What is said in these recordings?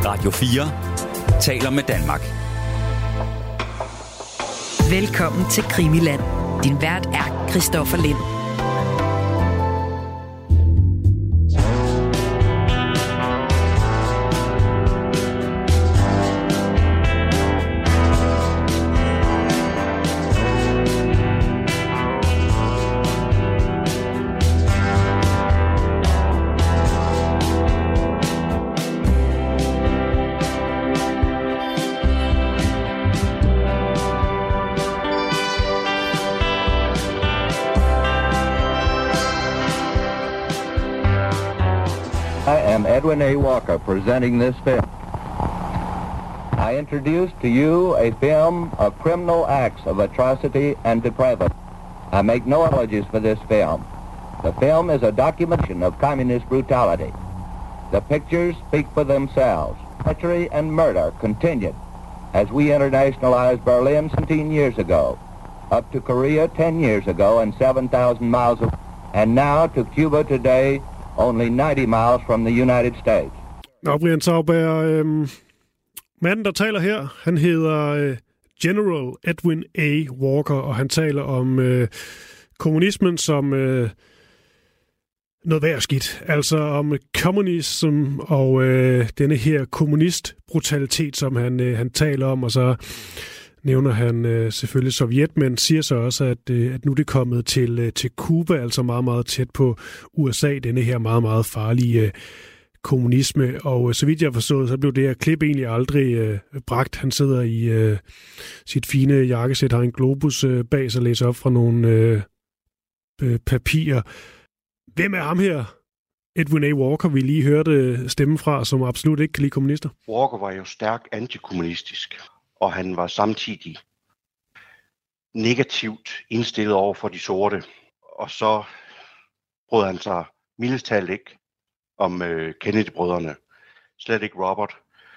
Radio 4 taler med Danmark. Velkommen til Krimiland. Din vært er Christoffer Lind. Edwin A. Walker presenting this film. I introduce to you a film of criminal acts of atrocity and depravity. I make no apologies for this film. The film is a documentation of communist brutality. The pictures speak for themselves. Treachery and murder continued as we internationalized Berlin 17 years ago, up to Korea 10 years ago and 7,000 miles away, and now to Cuba today, only 90 miles from the United States. Nå, Brian Sauberg, manden, der taler her, han hedder General Edwin A. Walker, og han taler om kommunismen som noget værd skidt. Altså om kommunism og denne her kommunistbrutalitet, som han taler om, og så nævner han selvfølgelig Sovjet, men siger så også, at nu er det kommet til Cuba, altså meget, meget tæt på USA, denne her meget, meget farlige kommunisme. Og så vidt jeg har forstået, så blev det her klip egentlig aldrig bragt. Han sidder i sit fine jakkesæt, har en globus bag sig, læser op fra nogle papirer. Hvem er ham her? Edwin A. Walker, vi lige hørte stemme fra, som absolut ikke kan lide kommunister. Walker var jo stærkt antikommunistisk, og han var samtidig negativt indstillet over for de sorte. Og så brød han sig mildest talt ikke om Kennedy-brødrene. Slet ikke Robert.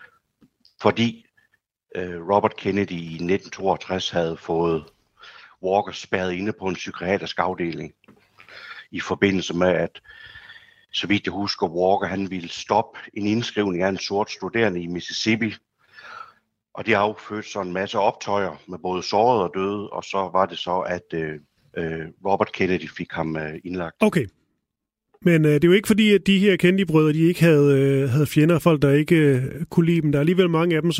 Fordi Robert Kennedy i 1962 havde fået Walker spærret inde på en psykiatrisk afdeling. I forbindelse med, at så vidt jeg husker, Walker han ville stoppe en indskrivning af en sort studerende i Mississippi. Og de affødte så en masse optøjer med både sårede og døde, og så var det så, at Robert Kennedy fik ham indlagt. Okay. Men det er jo ikke fordi, at de her Kennedy-brødre, de ikke havde fjender, folk, der ikke kunne lide dem. Der er alligevel mange af dem,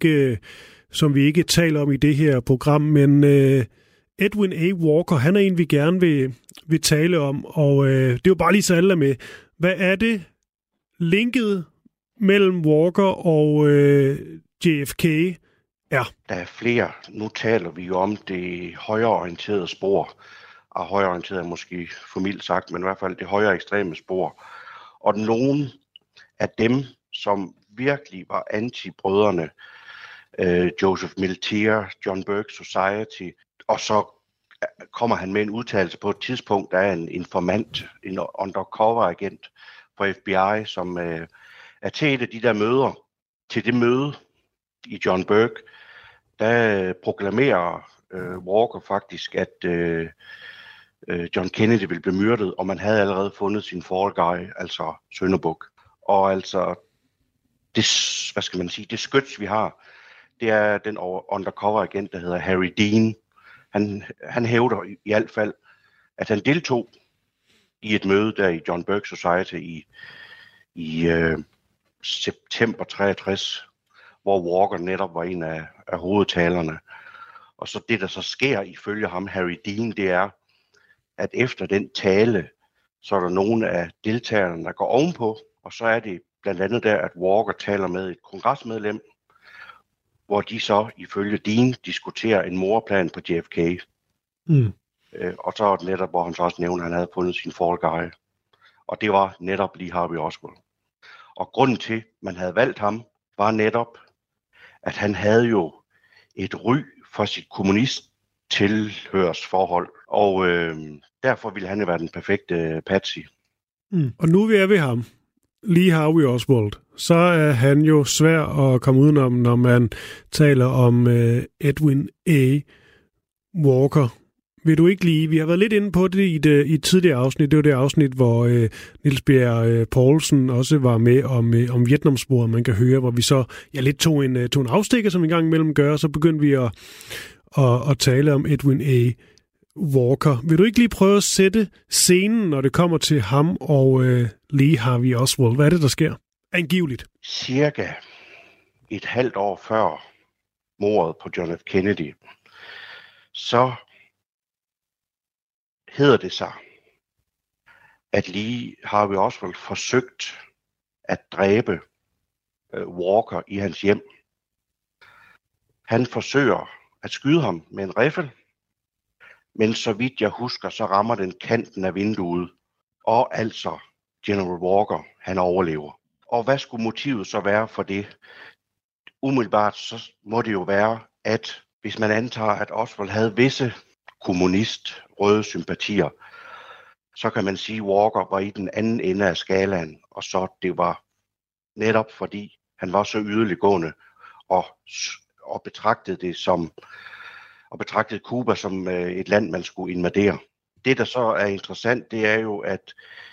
som vi ikke taler om i det her program. Men Edwin A. Walker, han er en, vi gerne vil tale om, og det er jo bare lige så alle er med. Hvad er det linket mellem Walker og JFK er? Der er flere. Nu taler vi jo om det højreorienterede spor. Og højreorienteret er måske for mildt sagt, men i hvert fald det højre ekstreme spor. Og nogen af dem, som virkelig var anti-brødrene, Joseph Miltier, John Birch Society, og så kommer han med en udtalelse på et tidspunkt, der er en informant, en undercover-agent for FBI, som er til et af de der møder. Til det møde i John Birch, der proklamerer Walker faktisk, at John Kennedy ville blive myrdet, og man havde allerede fundet sin fall guy, altså syndebuk. Og altså, det, hvad skal man sige, det skyts vi har, det er den undercover agent, der hedder Harry Dean. Han hævder i hvert fald, at han deltog i et møde der i John Birch Society i september 63, hvor Walker netop var en af hovedtalerne. Og så det, der så sker ifølge ham, Harry Dean, det er, at efter den tale, så er der nogle af deltagerne, der går ovenpå, og så er det blandt andet der, at Walker taler med et kongresmedlem, hvor de så ifølge Dean diskuterer en mordplan på JFK. Og så er det netop, hvor han så også nævner, at han havde fundet sin fall guy. Og det var netop Lee Harvey Oswald. Og grunden til, at man havde valgt ham, var netop, at han havde jo et ry for sit kommunist-tilhørsforhold. Og derfor ville han jo være den perfekte patsy. Og nu er vi ved ham, Lee Harvey Oswald. Så er han jo svær at komme udenom, når man taler om Edwin A. Walker. Vil du ikke lige... Vi har været lidt inde på det i et tidligere afsnit. Det var det afsnit, hvor Niels Bjerg Poulsen også var med om Vietnamsporet, man kan høre, hvor vi så lidt tog en afstikker, som en gang imellem gør, og så begyndte vi at tale om Edwin A. Walker. Vil du ikke lige prøve at sætte scenen, når det kommer til ham og Lee Harvey Oswald? Hvad er det, der sker? Angiveligt. Cirka et halvt år før mordet på John F. Kennedy, så hedder det sig, at Lee Harvey Oswald forsøgt at dræbe Walker i hans hjem. Han forsøger at skyde ham med en riffel, men så vidt jeg husker, så rammer den kanten af vinduet, og altså General Walker, han overlever. Og hvad skulle motivet så være for det? Umiddelbart så må det jo være, at hvis man antager, at Oswald havde visse kommunist-røde sympatier, så kan man sige, at Walker var i den anden ende af skalaen, og så det var netop fordi han var så yderliggående og betragtede Cuba som et land, man skulle invadere. Det, der så er interessant, det er jo, at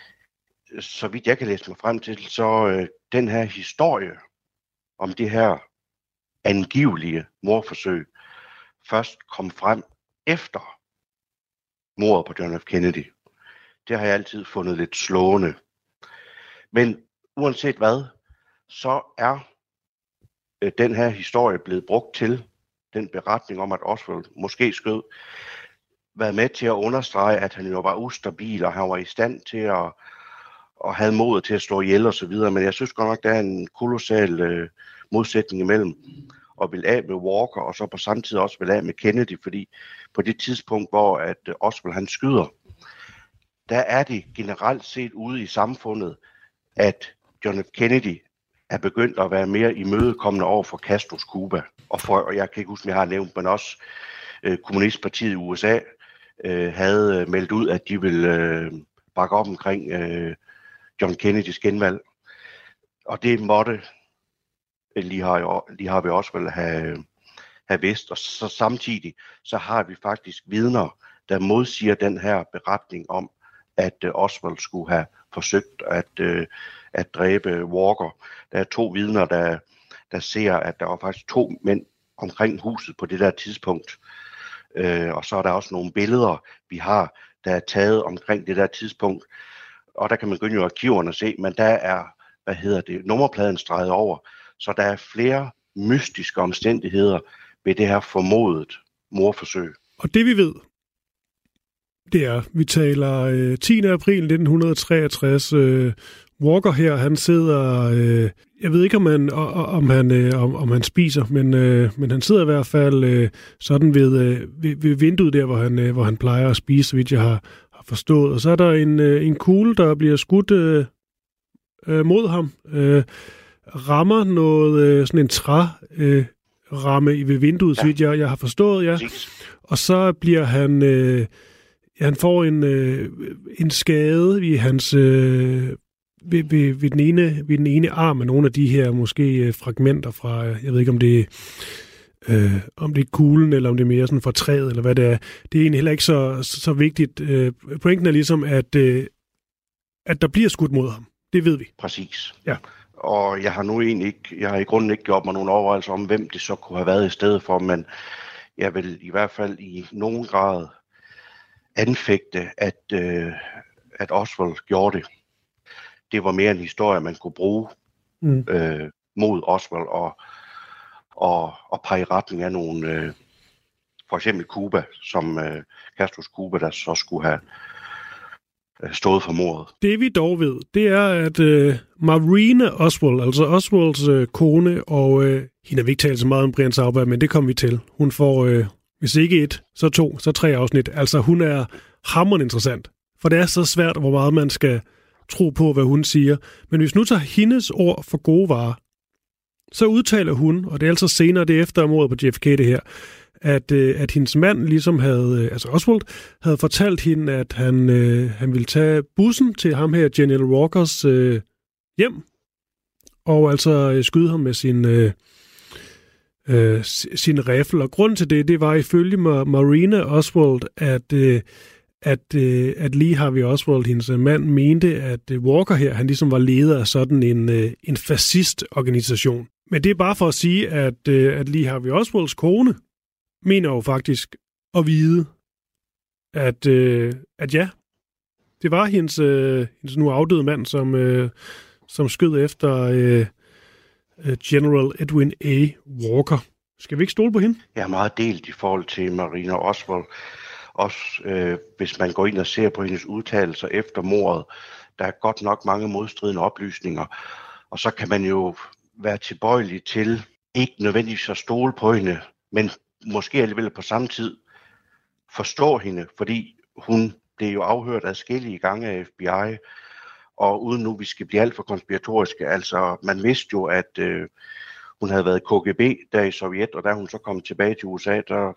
så vidt jeg kan læse mig frem til, så den her historie om det her angivelige mordforsøg først kom frem efter mordet på John F. Kennedy. Det har jeg altid fundet lidt slående. Men uanset hvad, så er den her historie blevet brugt til den beretning om, at Oswald måske skød, været med til at understrege, at han jo var ustabil, og han var i stand til at have modet til at stå ihjel og så videre. Men jeg synes godt nok, der er en kolossal modsætning imellem at vil af med Walker, og så på samme tid også vil af med Kennedy, fordi på det tidspunkt, hvor at Oswald han skyder, der er det generelt set ude i samfundet, at John F. Kennedy er begyndt at være mere imødekommende over for Castros Cuba. Og jeg kan ikke huske, om jeg har nævnt, men også Kommunistpartiet i USA havde meldt ud, at de ville bakke op omkring John Kennedys genvalg. Og det måtte Lee Harvey Oswald have vidst. Og så samtidig så har vi faktisk vidner, der modsiger den her beretning om, at Oswald skulle have forsøgt at dræbe Walker. Der er 2 vidner, der ser, at der var faktisk 2 mænd omkring huset på det der tidspunkt. Og så er der også nogle billeder, vi har, der er taget omkring det der tidspunkt. Og der kan man gå ind i arkiverne og se, men der er, nummerpladen streget over. Så der er flere mystiske omstændigheder ved det her formodet mordforsøg. Og det vi ved, det er, vi taler 10. april 1963. Walker her, han sidder, jeg ved ikke om han spiser, men han sidder i hvert fald sådan ved vinduet der, hvor han plejer at spise, så vidt jeg har forstået. Og så er der en kugle, der bliver skudt mod ham, rammer noget sådan en træramme ved vinduet, så vidt jeg har forstået, ja. Og så bliver han han får en skade i hans ved den ene arm af nogle af de her måske fragmenter fra, jeg ved ikke om det er kuglen, eller om det er mere sådan fra træet, eller hvad det er. Det er egentlig heller ikke så vigtigt. Pointen er ligesom, at der bliver skudt mod ham. Det ved vi. Præcis. Ja. Og jeg har i grunden ikke gjort mig nogen overvejelser om, hvem det så kunne have været i stedet for, men jeg vil i hvert fald i nogen grad anfægte, at Oswald gjorde det. Det var mere en historie, man kunne bruge mod Oswald og pege i retning af nogle, for eksempel Cuba, som Castros Cuba, der så skulle have stået for mordet. Det vi dog ved, det er, at Marina Oswald, altså Oswalds kone, og hende har vi ikke talt så meget om Brian Sauberg, men det kommer vi til. Hun får, hvis ikke 1, så 2, så 3 afsnit. Altså hun er hammerende interessant, for det er så svært, hvor meget man skal tro på, hvad hun siger. Men hvis nu tager hendes ord for gode varer, så udtaler hun, og det er altså senere, det er efter mordet på JFK det her, at hendes mand ligesom havde, altså Oswald, havde fortalt hende, at han ville tage bussen til ham her, General Walkers hjem, og altså skyde ham med sin sin riffel. Og grund til det var ifølge Marina Oswald, at Lee Harvey Oswald, hendes mand, mente, at Walker her, han ligesom var leder af sådan en fascistorganisation. Men det er bare for at sige, at Lee Harvey Oswalds kone mener jo faktisk at vide, at ja, det var hendes nu afdøde mand, som skød efter General Edwin A. Walker. Skal vi ikke stole på hende? Jeg er meget delt i forhold til Marina Oswald. Også hvis man går ind og ser på hendes udtalelser efter mordet, der er godt nok mange modstridende oplysninger. Og så kan man jo være tilbøjelig til ikke nødvendigvis at stole på hende, men måske alligevel på samme tid forstå hende, fordi hun blev jo afhørt adskillige gange af FBI, og uden nu vi skal blive alt for konspiratoriske, altså man vidste jo, at hun havde været KGB der i Sovjet, og da hun så kom tilbage til USA, der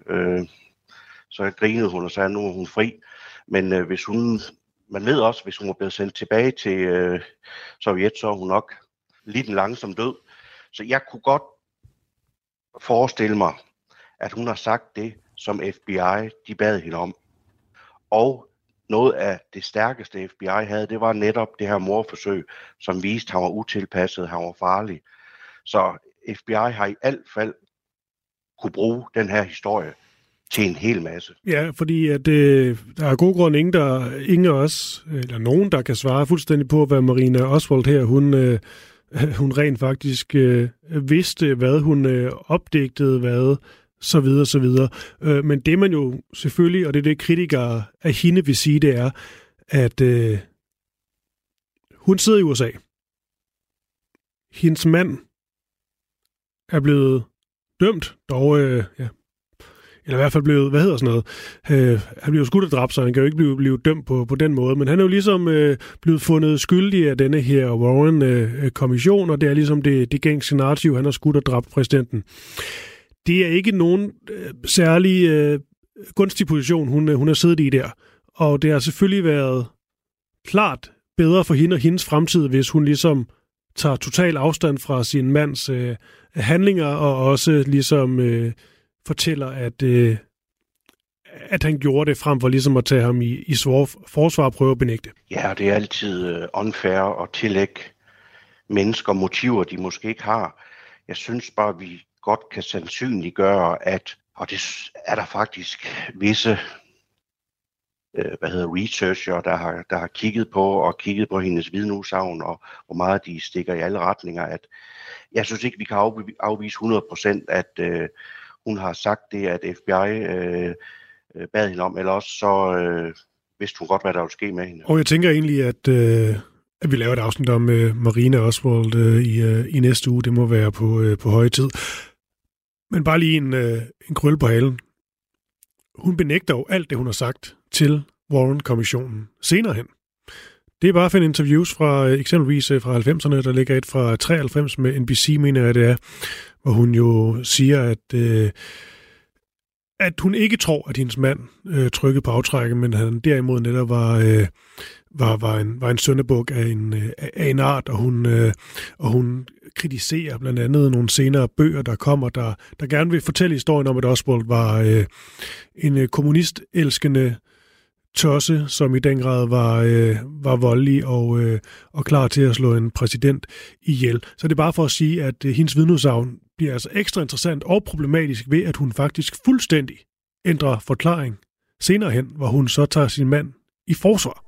så grinede hun og sagde, at nu er hun fri. Men man ved også, hvis hun var blevet sendt tilbage til Sovjet, så er hun nok lidt en langsom død. Så jeg kunne godt forestille mig, at hun har sagt det, som FBI de bad hende om. Og noget af det stærkeste FBI havde, det var netop det her mordforsøg, som viste, at han var utilpasset, han var farlig. Så FBI har i alt fald kunne bruge den her historie til en hel masse. Ja, fordi at, der er god grund ingen af os, eller nogen, der kan svare fuldstændig på, hvad Marina Oswald her, hun rent faktisk vidste, hvad hun opdigtede, hvad så videre, så videre. Men det man jo selvfølgelig, og det er det kritikere af hende vil sige, det er, at hun sidder i USA. Hendes mand er blevet dømt, dog, eller i hvert fald blevet, han blev skudt og dræbt, så han kan jo ikke blive dømt på den måde, men han er jo ligesom blevet fundet skyldig af denne her Warren-kommission, og det er ligesom det gængse narrativ, han har skudt og dræbt præsidenten. Det er ikke nogen særlig gunstig position, hun har siddet i der, og det har selvfølgelig været klart bedre for hende og hendes fremtid, hvis hun ligesom tager total afstand fra sin mands handlinger, og også ligesom fortæller, at han gjorde det, frem for ligesom at tage ham i forsvar og prøve at benægte. Ja, det er altid unfair at tillægge mennesker motiver, de måske ikke har. Jeg synes bare, vi godt kan sandsynliggøre, og det er der faktisk visse researcher, der har kigget på hendes vidneudsagn, og hvor meget de stikker i alle retninger, at jeg synes ikke, vi kan afvise 100%, at hun har sagt det, at FBI bad hende om, eller også så vidste hun godt, hvad der ville ske med hende. Og jeg tænker egentlig, at vi laver et afsnit om Marina Oswald i næste uge. Det må være på høje tid. Men bare lige en krølle på halen. Hun benægter jo alt det, hun har sagt til Warren-kommissionen senere hen. Det er bare at finde interviews fra eksempelvis fra 90'erne, der ligger et fra 93 med NBC, mener jeg det er, hvor hun jo siger, at hun ikke tror, at hendes mand trykkede på aftrækket, men han derimod netop var en syndebuk af en art, og hun kritiserer blandt andet nogle senere bøger, der kommer, der gerne vil fortælle historien om, at Oswald var en kommunistelskende tosse, som i den grad var voldelig og klar til at slå en præsident ihjel. Så det er bare for at sige, at hendes vidneudsagn bliver altså ekstra interessant og problematisk ved, at hun faktisk fuldstændig ændrer forklaring senere hen, hvor hun så tager sin mand i forsvar.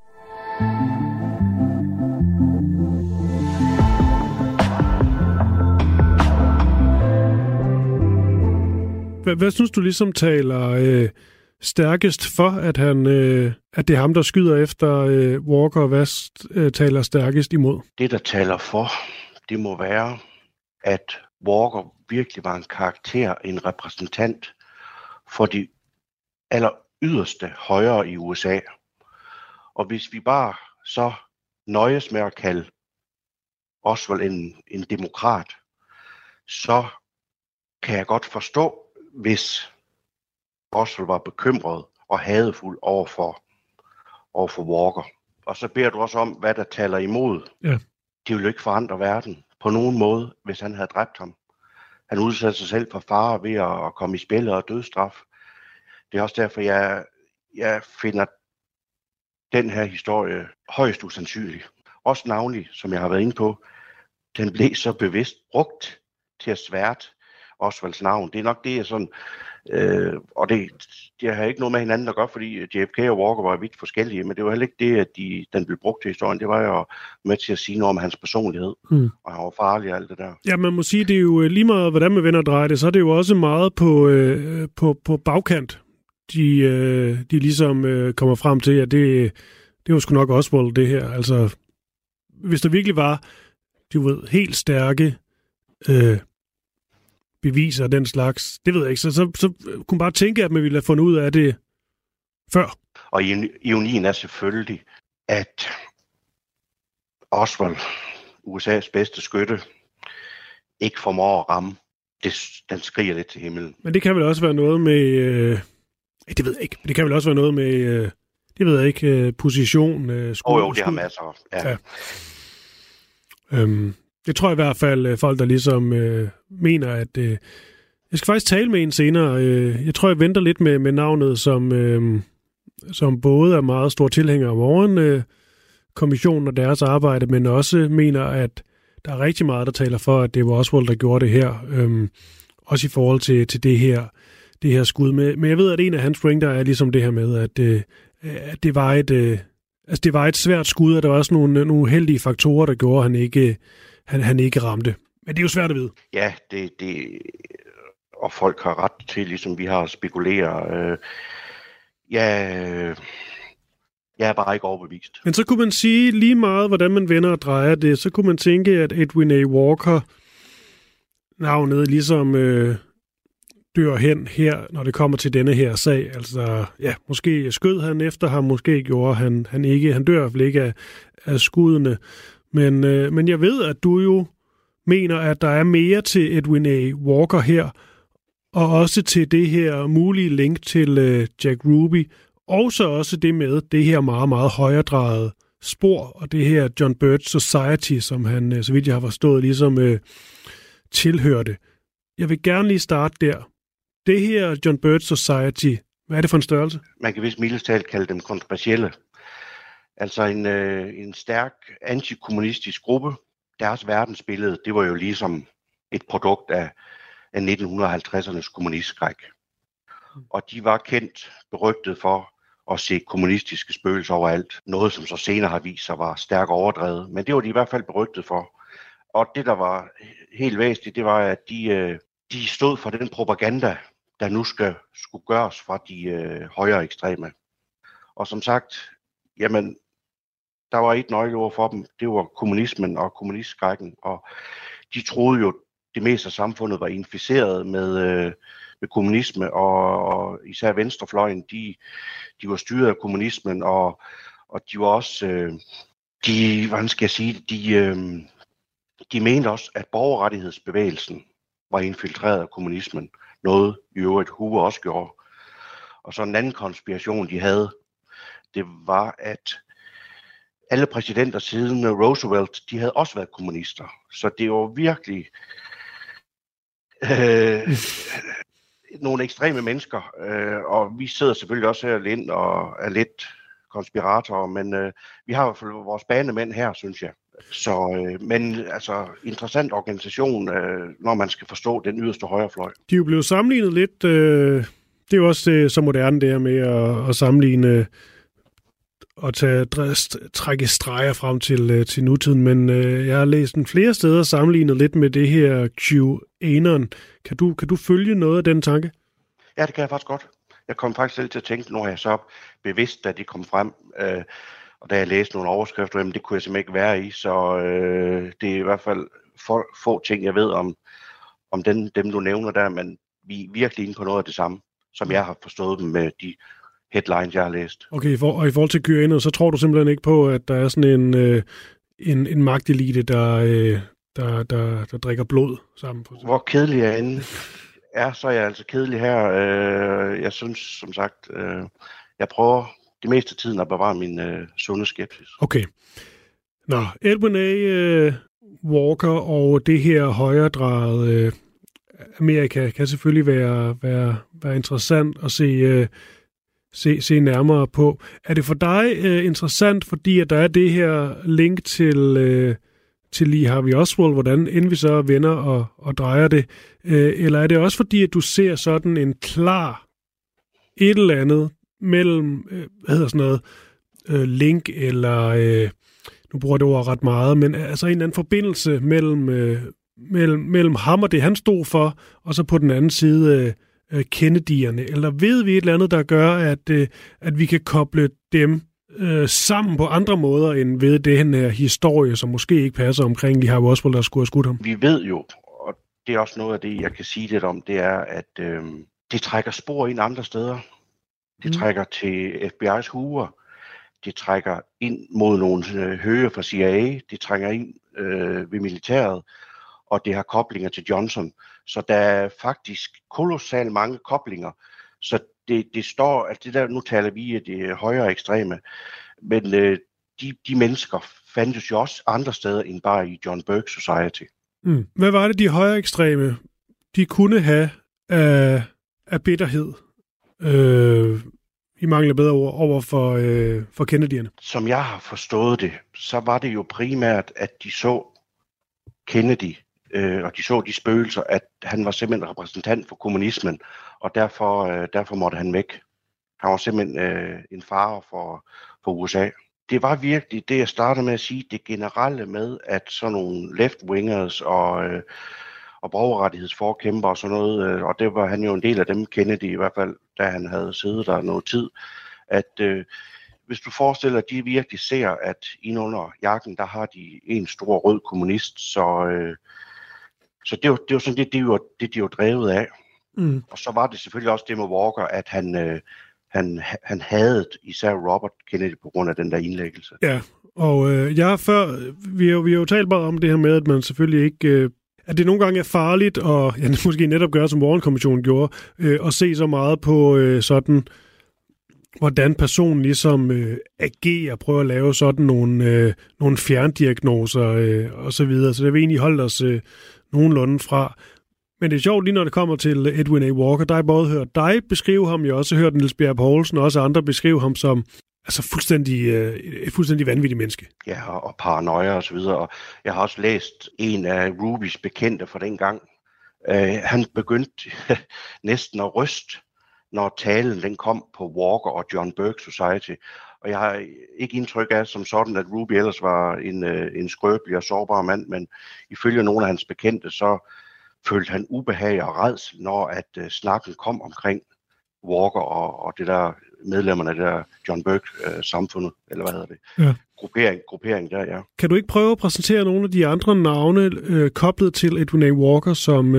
Hvad synes du ligesom taler stærkest for, at det er ham, der skyder efter Walker, og hvad taler stærkest imod? Det, der taler for, det må være, at Walker virkelig var en karakter, en repræsentant for de aller yderste højre i USA. Og hvis vi bare så nøjes med at kalde Oswald en demokrat, så kan jeg godt forstå, hvis Oswald var bekymret og hadefuld over for Walker. Og så beder du også om, hvad der taler imod. Ja. Det ville jo ikke forandre verden på nogen måde, hvis han havde dræbt ham. Han udsatte sig selv for fare ved at komme i spillet og dødsstraf. Det er også derfor, jeg finder den her historie højst usandsynlig. Også navnlig, som jeg har været inde på, den blev så bevidst brugt til at sværte Oswalds navn. Det er nok det, jeg sådan... og det har ikke noget med hinanden at gøre, fordi JFK og Walker var vidt forskellige, men det var heller ikke det, at den blev brugt til historien. Det var jo med til at sige noget om hans personlighed, og han var farlig og alt det der. Ja, man må sige, det er jo lige meget, hvordan man vender og drejer det, så er det jo også meget på bagkant. De ligesom kommer frem til, at det var sgu nok Oswald, det her. Altså, hvis der virkelig var, du ved, helt stærke beviser den slags, det ved jeg ikke, så kunne man bare tænke, at man ville have fundet ud af det før. Og ironien er selvfølgelig, at Oswald, USA's bedste skytte, ikke formår at ramme. Den skriger lidt til himlen. Men det kan vel også være noget med... det ved jeg ikke. Det kan vel også være noget med... det ved jeg ikke. Position. Jo, det har masser. Ja. Det tror jeg i hvert fald folk, der ligesom mener, at... jeg skal faktisk tale med en senere. Jeg tror, jeg venter lidt med navnet, som både er meget stor tilhænger af Warren-kommissionen og deres arbejde, men også mener, at der er rigtig meget, der taler for, at det var Oswald, der gjorde det her. Også i forhold til det her skud. Men jeg ved, at en af hans pointer er ligesom det her med, at det var det var et svært skud, og der var også nogle uheldige faktorer, der gjorde, at han ikke ramte. Men det er jo svært at vide. Ja, det og folk har ret til, ligesom vi har spekuleret. Jeg er bare ikke overbevist. Men så kunne man sige lige meget, hvordan man vender og drejer det, så kunne man tænke, at Edwin A. Walker navnet ligesom dør hen her, når det kommer til denne her sag. Altså, ja, måske skød han efter ham, måske gjorde han ikke. Han dør i hvert fald ikke af skuddene. Men jeg ved, at du jo mener, at der er mere til Edwin A. Walker her, og også til det her mulige link til Jack Ruby, og så også det med det her meget, meget højredrejede spor, og det her John Birch Society, som han, så vidt jeg har forstået, ligesom tilhørte. Jeg vil gerne lige starte der. Det her John Birch Society, hvad er det for en størrelse? Man kan vist mildest talt kalde dem kontroversielle. Altså en stærk antikommunistisk gruppe. Deres verdensbillede, det var jo ligesom et produkt af 1950'ernes kommunistskræk. Og de var berygtet for at se kommunistiske spøgelser overalt. Noget, som så senere har vist sig var stærkt overdrevet. Men det var de i hvert fald berygtet for. Og det, der var helt væsentligt, det var, at de stod for den propaganda, der nu skulle gøres fra de højere ekstreme. Og som sagt, jamen, der var et nøgleord for dem. Det var kommunismen og kommunistskrækken. Og de troede jo, det meste af samfundet var inficeret med kommunisme, og især venstrefløjen, de var styret af kommunismen, og de var også, hvordan skal jeg sige, de mente også, at borgerrettighedsbevægelsen var infiltreret af kommunismen. Noget i øvrigt Hoover også gjorde. Og så en anden konspiration, de havde, det var, at alle præsidenter siden Roosevelt, de havde også været kommunister. Så det var virkelig nogle ekstreme mennesker. Og vi sidder selvfølgelig også her lidt og er lidt konspiratorer, men vi har i hvert fald vores banemænd her, synes jeg. Så, men altså, interessant organisation, når man skal forstå den yderste højrefløj. De er jo blevet sammenlignet lidt, det er jo også så moderne det her med at sammenligne og trække streger frem til nutiden, men jeg har læst den flere steder sammenlignet lidt med det her QAnon. Kan du følge noget af den tanke? Ja, det kan jeg faktisk godt. Jeg kom faktisk selv til at tænke, når jeg så bevidst, da de kom frem, og da jeg læste nogle overskrifter, jamen det kunne jeg simpelthen ikke være i, så det er i hvert fald få ting, jeg ved om dem, du nævner der, men vi er virkelig inde på noget af det samme, som jeg har forstået dem med de headlines, jeg har læst. Okay, og i forhold til QAnon, så tror du simpelthen ikke på, at der er sådan en magtelite, der drikker blod sammen? Hvor kedelig jeg end er, så er jeg altså kedelig her. Jeg synes, som sagt, jeg prøver det meste af tiden at bevare min sunde skepsis. Okay. Edwin A. Walker og det her højredrejede Amerika kan selvfølgelig være interessant at se nærmere på. Er det for dig interessant, fordi at der er det her link til Lee Harvey Oswald, hvordan end vi så vender og drejer det, eller er det også fordi, at du ser sådan en klar et eller andet mellem, link, eller nu bruger det ord ret meget, men altså en eller anden forbindelse mellem ham og det, han stod for, og så på den anden side Kennedy'erne, eller ved vi et eller andet, der gør, at vi kan koble dem sammen på andre måder, end ved den her historie, som måske ikke passer omkring Lee Harvey Oswald, der skulle have skudt ham? Vi ved jo, og det er også noget af det, jeg kan sige lidt om, det er, at det trækker spor ind andre steder. Det trækker til FBI's huer. Det trækker ind mod nogle høje fra CIA. Det trækker ind ved militæret. Og det har koblinger til Johnson. Så der er faktisk kolossalt mange koblinger. Så det står, at det der, nu taler vi af det højere ekstreme, men de mennesker fandtes jo også andre steder end bare i John Birch Society. Hvad var det, de højere ekstreme, de kunne have af bitterhed, i mangler bedre ord, over for Kennedy'erne? Som jeg har forstået det, så var det jo primært, at de så Kennedy, og de så de spøgelser, at han var simpelthen repræsentant for kommunismen, og derfor måtte han væk. Han var simpelthen en fare for USA. Det var virkelig det, jeg startede med at sige, det generelle med, at sådan nogle left-wingers og borgerrettighedsforkæmper og sådan noget, og det var han jo en del af dem, Kennedy i hvert fald, da han havde siddet der noget tid, at hvis du forestiller dig, at de virkelig ser, at inde under jakken, der har de en stor rød kommunist, så det var sådan det, de var drevet af. Og så var det selvfølgelig også det med Walker, at han hadede især Robert Kennedy på grund af den der indlæggelse. Ja, og vi har jo talt meget om det her med, at man selvfølgelig ikke... at det nogle gange er farligt, og måske netop gøre, som Warren-kommissionen gjorde, at se så meget på sådan, hvordan personen ligesom agerer, prøver at lave sådan nogle fjerndiagnoser og så videre. Så det vil egentlig holde os nogenlunde fra. Men det er sjovt lige, når det kommer til Edwin A. Walker. Der har både hørt dig beskrive ham, jeg har også hørt Niels Bjerre Poulsen, og også andre beskrive ham som altså et fuldstændig vanvittigt menneske. Ja, og paranoia og så videre. Og jeg har også læst en af Rubys bekendte fra den gang. Han begyndte næsten at ryste, når talen den kom på Walker og John Birch Society. Og jeg har ikke indtryk af som sådan, at Ruby ellers var en skrøbelig og sårbar mand, men ifølge nogle af hans bekendte, så følte han ubehag og rædsel, når at snakken kom omkring Walker og det der medlemmerne af det der John Birch-samfundet, eller hvad hedder det? Ja. Gruppering der, ja. Kan du ikke prøve at præsentere nogle af de andre navne koblet til Edwin A. Walker,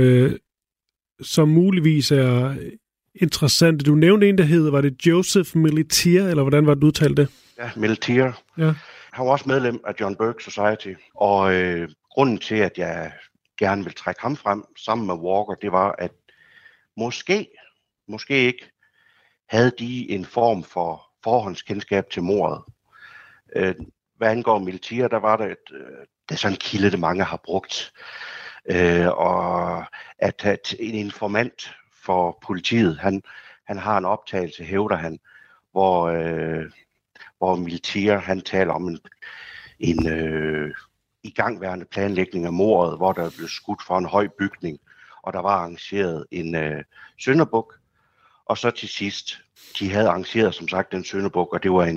som muligvis er interessante? Du nævnte en, der hed, var det Joseph Milletier, eller hvordan var det, du udtalte det? Ja, Milletier. Ja. Han var også medlem af John Birch Society, og grunden til, at jeg gerne vil trække ham frem sammen med Walker, det var, at måske ikke havde de en form for forhåndskendskab til mordet. Hvad angår Milletier, der var det er sådan en kilde, det mange har brugt, og at en informant for politiet, han har en optagelse, hævder han, hvor Milletier, han taler om en igangværende planlægning af mordet, hvor der blev skudt for en høj bygning, og der var arrangeret en syndebuk, og så til sidst, de havde arrangeret som sagt den syndebuk, og det var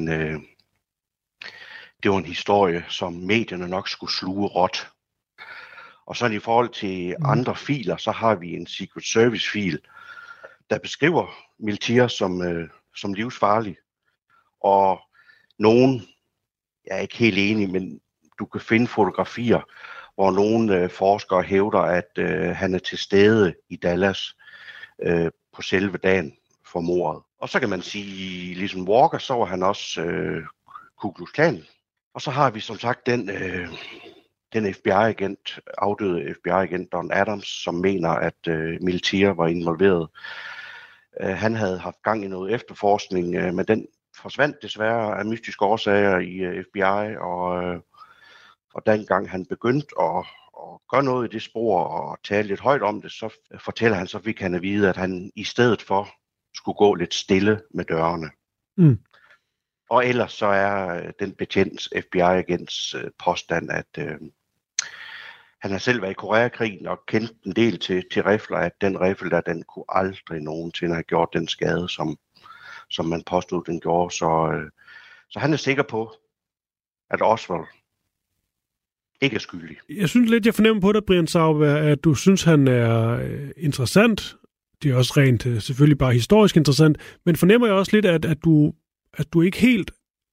en historie, som medierne nok skulle sluge råt. Og så i forhold til andre filer, så har vi en Secret Service-fil, der beskriver Milletier som livsfarlig. Og nogen, jeg er ikke helt enig, men du kan finde fotografier, hvor nogle forskere hævder, at han er til stede i Dallas på selve dagen for mordet. Og så kan man sige, ligesom Walker, så var han også Ku Klux Klan. Og så har vi som sagt den FBI-agent, afdøde FBI-agent Don Adams, som mener, at Milletier var involveret. Han havde haft gang i noget efterforskning, men den forsvandt desværre af mystiske årsager i FBI, og dengang han begyndte at gøre noget i det spor og tale lidt højt om det, så fortæller han, så fik han at vide, at han i stedet for skulle gå lidt stille med dørene. Mm. Og ellers så er den betjents FBI-agents påstand, at han har selv været i Koreakrigen og kendt en del til rifler, at den rifle der, den kunne aldrig nogensinde have gjort den skade, som man påstod, den gjorde. Så han er sikker på, at Oswald ikke er skyldig. Jeg synes lidt, jeg fornemmer på dig, Brian Sauber, at du synes, han er interessant. Det er også rent selvfølgelig bare historisk interessant, men fornemmer jeg også lidt, at du ikke helt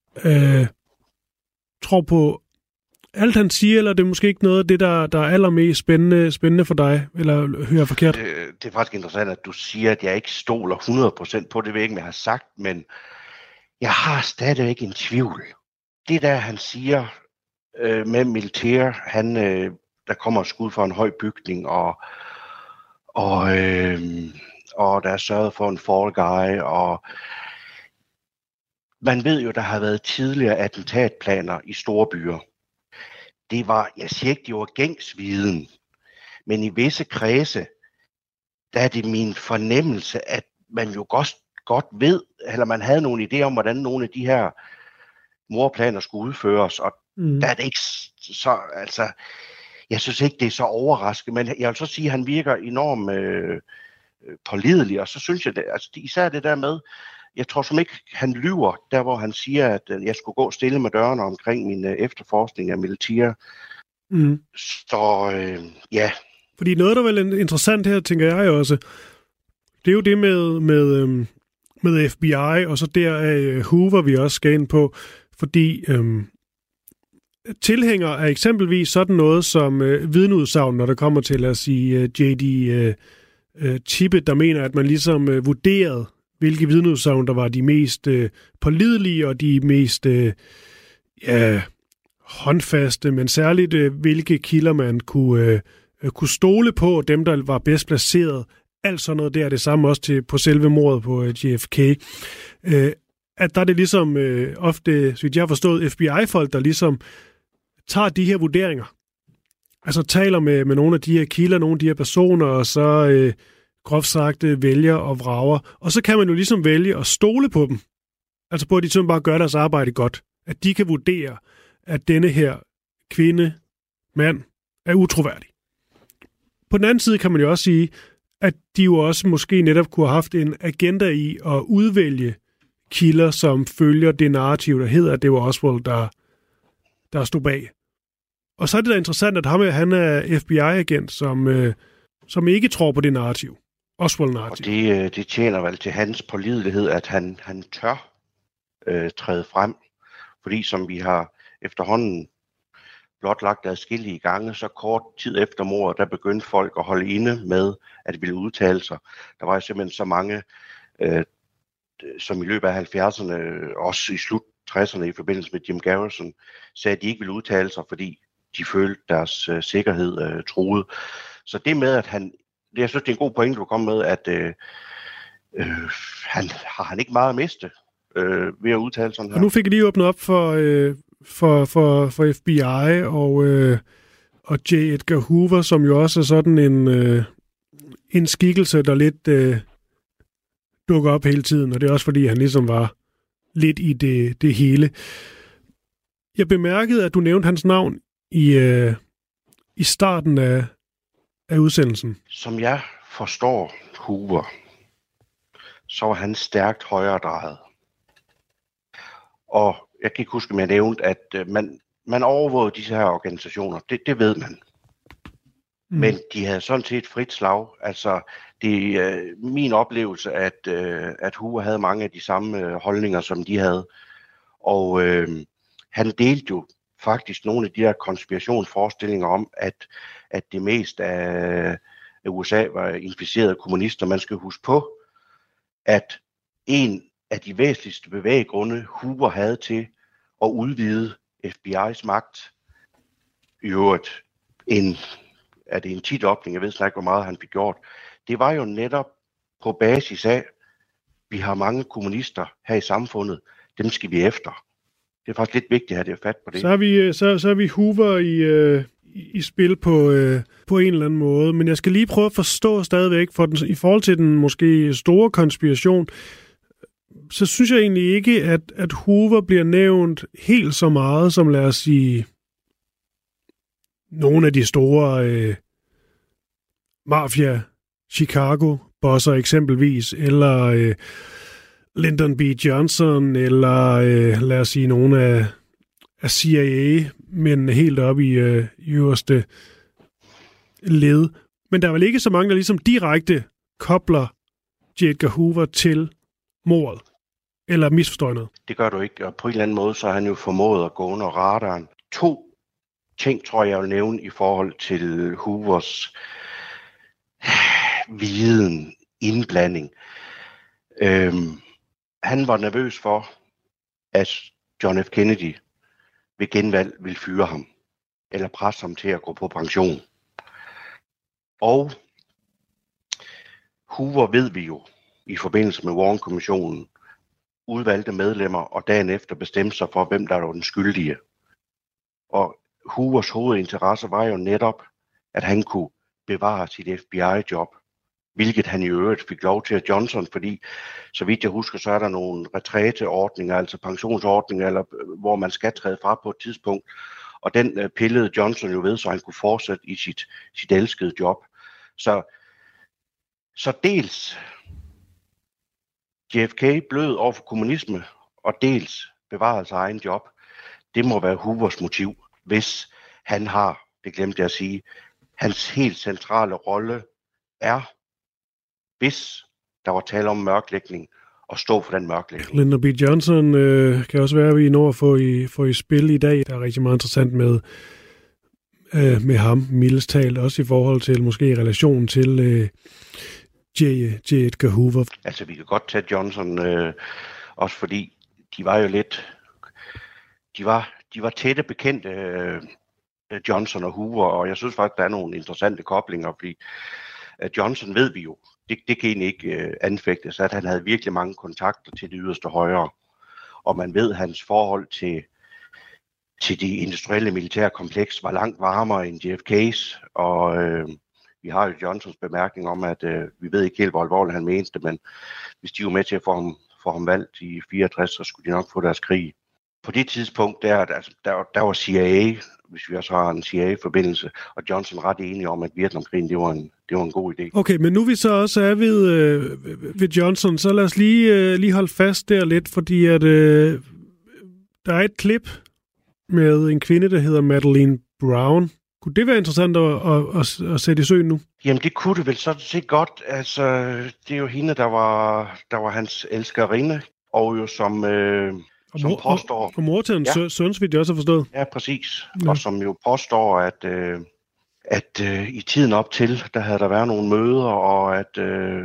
tror på alt, han siger, eller det er måske ikke noget af det, der er allermest spændende for dig, eller hører forkert? Det er faktisk interessant, at du siger, at jeg ikke stoler 100% på det, jeg har sagt, men jeg har stadigvæk en tvivl. Det der, han siger med militær, der kommer skud fra en høj bygning, og der er sørget for en fall guy, og man ved jo, der har været tidligere attentatplaner i store byer. Det var, jeg siger ikke, det var gængsviden, men i visse kredse, der er det min fornemmelse, at man jo godt ved, eller man havde nogle idéer om, hvordan nogle af de her mordplaner skulle udføres, og der er det ikke så, altså, jeg synes ikke, det er så overraskende, men jeg vil så sige, at han virker enormt pålidelig, og så synes jeg, altså især det der med, jeg tror som ikke, han lyver, der hvor han siger, at jeg skulle gå stille med dørene omkring min efterforskning af militær. Mm. Så ja. Fordi noget, der er vel interessant her, tænker jeg også, det er jo det med FBI, og så der Hoover, vi også skal ind på, fordi tilhænger af eksempelvis sådan noget som vidneudsagn, når der kommer til, lad os sige, J.D. Tippett, der mener, at man ligesom vurderede, hvilke vidneudsagn, der var de mest pålidelige og de mest håndfaste, men særligt hvilke kilder man kunne stole på, dem der var bedst placeret. Alt sådan noget der, det samme også på selve mordet på JFK. At der er det ligesom ofte, så vidt jeg har forstået, FBI-folk, der ligesom tager de her vurderinger. Altså taler med nogle af de her kilder, nogle af de her personer, og så groft sagt vælger og vrager. Og så kan man jo ligesom vælge at stole på dem. Altså på, at de simpelthen bare gør deres arbejde godt. At de kan vurdere, at denne her kvinde, mand, er utroværdig. På den anden side kan man jo også sige, at de jo også måske netop kunne have haft en agenda i at udvælge kilder, som følger det narrativ, der hedder, at det var Oswald, der stod bag. Og så er det da interessant, at han er FBI-agent, som ikke tror på det narrativ. Oswald-narrativ. Og det tjener vel til hans pålidelighed, at han tør træde frem. Fordi som vi har efterhånden blotlagt adskillige gange, så kort tid efter mordet, der begyndte folk at holde inde med, at de ville udtale sig. Der var jo simpelthen så mange, som i løbet af 70'erne, også i slut 60'erne i forbindelse med Jim Garrison, sagde, at de ikke ville udtale sig, fordi de følte deres sikkerhed truet. Så det med, at jeg synes, det er en god point, du kom med, at han ikke meget at miste ved at udtale sådan her. Og nu fik jeg lige åbnet op for FBI og J. Edgar Hoover, som jo også er sådan en skikkelse, der lidt dukker op hele tiden, og det er også fordi, han ligesom var lidt i det hele. Jeg bemærkede, at du nævnte hans navn i starten af udsendelsen. Som jeg forstår Hoover, så var han stærkt højredrejet. Og jeg kan ikke huske, om jeg nævnte, at man overvågede disse her organisationer. Det ved man. Mm. Men de havde sådan set frit slag. Altså, det er min oplevelse, at Hoover havde mange af de samme holdninger, som de havde. Og han delte jo faktisk nogle af de her konspirationsforestillinger om, at det mest af USA var inficerede kommunister. Man skal huske på, at en af de væsentligste bevæggrunde, Hoover havde til at udvide FBI's magt, i øvrigt en 10-dobling, jeg ved slet ikke, hvor meget han fik gjort, det var jo netop på basis af, vi har mange kommunister her i samfundet, dem skal vi efter. Det er faktisk lidt vigtigt at have det fat på det. Så er vi Hoover i spil på en eller anden måde. Men jeg skal lige prøve at forstå stadigvæk, i forhold til den måske store konspiration, så synes jeg egentlig ikke, at Hoover bliver nævnt helt så meget som, lad os sige, nogle af de store mafia, Chicago-bosser eksempelvis, eller Lyndon B. Johnson, eller lad os sige nogle af CIA, men helt oppe i øverste led. Men der er vel ikke så mange, der ligesom direkte kobler J. Edgar Hoover til mordet? Eller misforstår noget? Det gør du ikke, og på en eller anden måde, så har han jo formået at gå under radaren. 2 ting, tror jeg vil nævne i forhold til Hoovers viden, indblanding. Han var nervøs for, at John F. Kennedy ved genvalg ville fyre ham, eller presse ham til at gå på pension. Og Hoover, ved vi jo, i forbindelse med Warren-kommissionen, udvalgte medlemmer, og dagen efter bestemte sig for, hvem der var den skyldige. Og Hoovers hovedinteresse var jo netop, at han kunne bevare sit FBI-job, hvilket han i øvrigt fik lov til af Johnson, fordi, så vidt jeg husker, så er der nogle retræteordninger, altså pensionsordninger, eller, hvor man skal træde fra på et tidspunkt, og den pillede Johnson jo ved, så han kunne fortsætte i sit elskede job. Så dels JFK blød over for kommunisme, og dels bevarede sig egen job. Det må være Hoovers motiv, hvis han har, det glemte jeg at sige, hans helt centrale rolle er, hvis der var tale om mørklægning, og stå for den mørklægning. Lyndon B. Johnson kan også være, at vi når at få i spil i dag. Der er rigtig meget interessant med ham, mildest talt, også i forhold til måske relationen til J. Edgar Hoover. Altså, vi kan godt tage Johnson, også fordi de var jo lidt, de var tætte bekendte, Johnson og Hoover, og jeg synes faktisk, der er nogle interessante koblinger, fordi Johnson ved vi jo, det kan egentlig ikke anfægtes, at han havde virkelig mange kontakter til det yderste højre, og man ved, at hans forhold til de industrielle militære kompleks var langt varmere end JFK's, og vi har jo Johnsons bemærkning om, at vi ved ikke helt, hvor alvorligt han mente det, men hvis de var med til at få ham valgt i 64, så skulle de nok få deres krig. På det tidspunkt, der var CIA, hvis vi også har en CIA-forbindelse, og Johnson ret enige om, at Vietnamkrigen, det var en god idé. Okay, men nu vi så også er ved Johnson, så lad os lige holde fast der lidt, fordi at, der er et klip med en kvinde, der hedder Madeleine Brown. Kunne det være interessant at sætte i søen nu? Jamen, det kunne det vel sådan set godt. Altså, det er jo hende, der var hans elskerinde, og jo som påstår... Og mor til en søn, vil jeg også have forstået. Ja, præcis. Ja. Og som jo påstår, at i tiden op til, der havde der været nogle møder, og at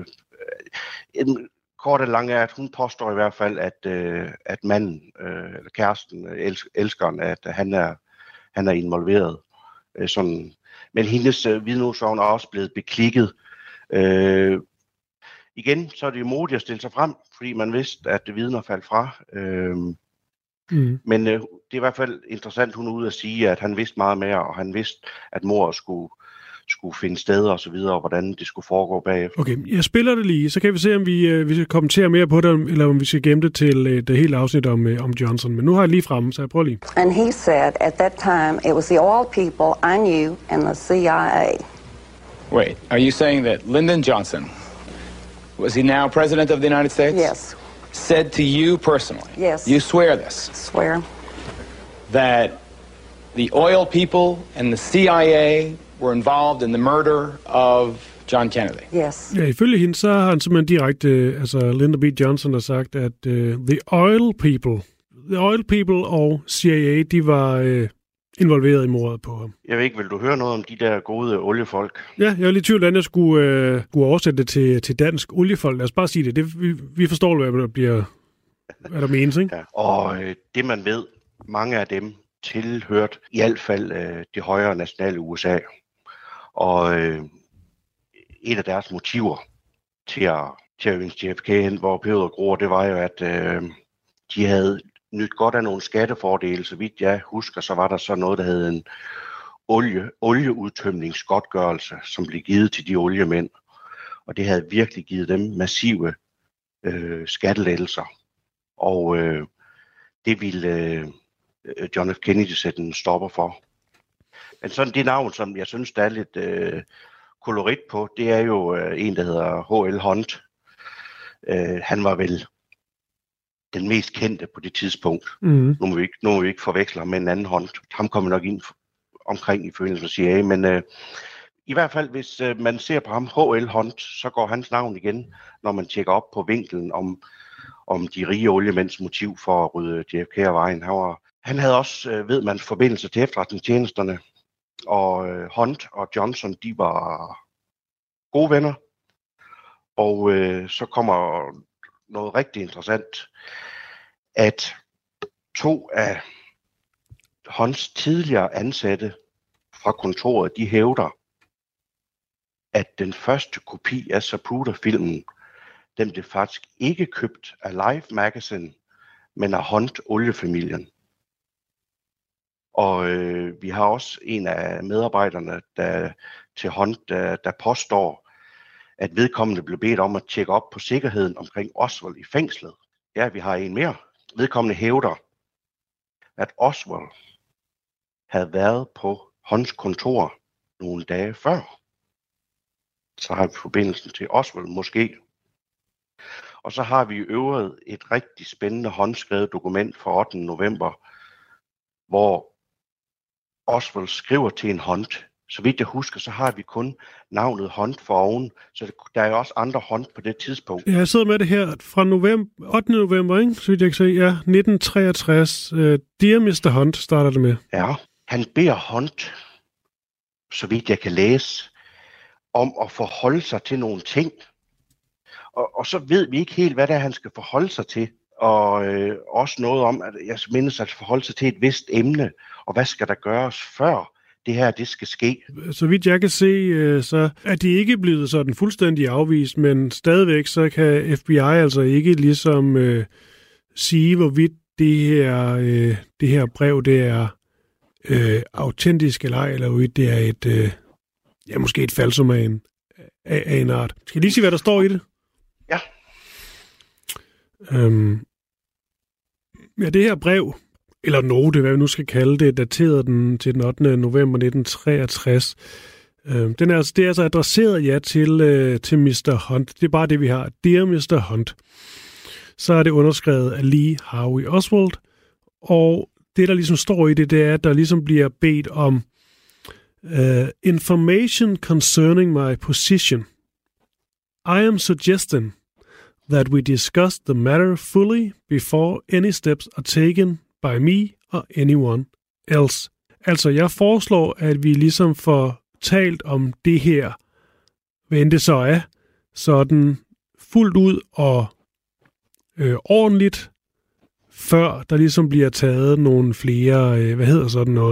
kort og lang er, at hun påstår i hvert fald, at manden, eller kæresten, elskeren, at han er involveret. Sådan. Men hendes vidneudsagn er også blevet beklikket. Igen, så er det jo modigt at stille sig frem, fordi man vidste, at vidner faldt fra. Men det er i hvert fald interessant, hun er ude at sige, at han vidste meget mere, og han vidste, at mor skulle finde steder og så videre, og hvordan det skulle foregå bagefter. Okay, jeg spiller det lige, så kan vi se, om vi skal kommentere mere på det, eller om vi skal gemme det til det hele afsnit om Johnson. Men nu har jeg lige fremme, så jeg prøver lige. And he said, at that time, it was the oil people I knew and the CIA. Wait, are you saying that Lyndon Johnson, was he now president of the United States? Yes. Said to you personally? Yes. You swear this? Swear. That the oil people and the CIA were involved in the murder of John Kennedy? Yes. Ja, ifølge hende, så har han simpelthen direkte, altså Lyndon B. Johnson har sagt, at the oil people og CIA, de var involveret i mordet på ham. Jeg ved ikke, vil du høre noget om de der gode oliefolk? Ja, jeg var lige i tvivl, hvordan jeg skulle oversætte det til dansk oliefolk. Lad os bare sige det. Vi forstår, hvad der menes, ikke? Ja. Og det man ved, mange af dem tilhørte i hvert fald det højere nationale USA. Og et af deres motiver til at ønske JFK hen, hvor peberet gror, det var jo, at de havde nyt godt af nogle skattefordele. Så vidt jeg husker, så var der så noget, der hed en olieudtømningsgodtgørelse, som blev givet til de oliemænd. Og det havde virkelig givet dem massive skattelettelser. Og det ville John F. Kennedy sætte en stopper for. Men sådan det navn, som jeg synes, der er lidt kolorit på, det er jo en, der hedder H.L. Hunt. Han var vel den mest kendte på det tidspunkt. Nu må vi ikke forveksle ham med en anden Hunt. Ham kommer nok ind omkring i følelsen af CIA, men i hvert fald, hvis man ser på ham, H.L. Hunt, så går hans navn igen, når man tjekker op på vinklen om de rige oliemænds motiv for at rydde JFK af vejen. Han havde også, ved man, forbindelse til efterretningstjenesterne, og Hunt og Johnson, de var gode venner. Og så kommer noget rigtig interessant, at 2 af Hunts tidligere ansatte fra kontoret, de hævder, at den første kopi af Zapruder-filmen, den blev faktisk ikke købt af Life Magazine, men af Hunt-oliefamilien. Og vi har også en af medarbejderne til Hunt, der påstår, at vedkommende blev bedt om at tjekke op på sikkerheden omkring Oswald i fængslet. Ja, vi har en mere. Vedkommende hævder, at Oswald havde været på Hunts kontor nogle dage før. Så har vi forbindelsen til Oswald måske. Og så har vi i øvrigt et rigtig spændende håndskrevet dokument fra 8. november, hvor Oswald skriver til en Hunt. Så vidt jeg husker, så har vi kun navnet Hunt for oven, så der er jo også andre Hunt på det tidspunkt. Ja, jeg sidder med det her fra 8. november, ikke? Så vidt jeg kan se. Ja, 1963. Dear Mr. Hunt starter det med. Ja, han beder Hunt, så vidt jeg kan læse, om at forholde sig til nogle ting. Og så ved vi ikke helt, hvad det er, han skal forholde sig til. Og også noget om, at jeg mindes at forholde sig til et vist emne, og hvad skal der gøres før det her, det skal ske. Så vidt jeg kan se, så er de ikke blevet sådan fuldstændig afvist, men stadigvæk så kan FBI altså ikke ligesom sige, hvorvidt det her brev, det er autentisk eller ej, eller hvorvidt det er et, måske et falsum af en art. Skal jeg lige sige, hvad der står i det? Ja. Ja, det her brev, eller note, hvad vi nu skal kalde det, dateret til den 8. november 1963. Det er altså adresseret til Mr. Hunt. Det er bare det, vi har. Dear Mr. Hunt. Så er det underskrevet af Lee Harvey Oswald. Og det, der ligesom står i det, det er, at der ligesom bliver bedt om information concerning my position. I am suggesting that we discuss the matter fully before any steps are taken by me or anyone else. Altså, jeg foreslår, at vi ligesom får talt om det her, hvad end det så er, sådan fuldt ud og ordentligt, før der ligesom bliver taget nogle flere,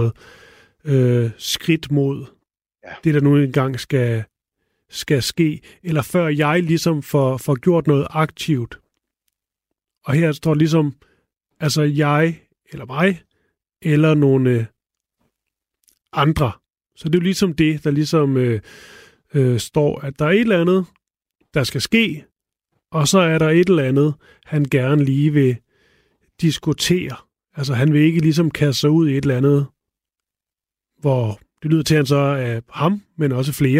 skridt mod det, der nu engang skal ske, eller før jeg ligesom får gjort noget aktivt. Og her står ligesom, altså jeg, eller mig, eller nogle andre. Så det er jo ligesom det, der ligesom står, at der er et eller andet, der skal ske, og så er der et eller andet, han gerne lige vil diskutere. Altså han vil ikke ligesom kaste sig ud i et eller andet, hvor det lyder til, at han så er ham, men også flere,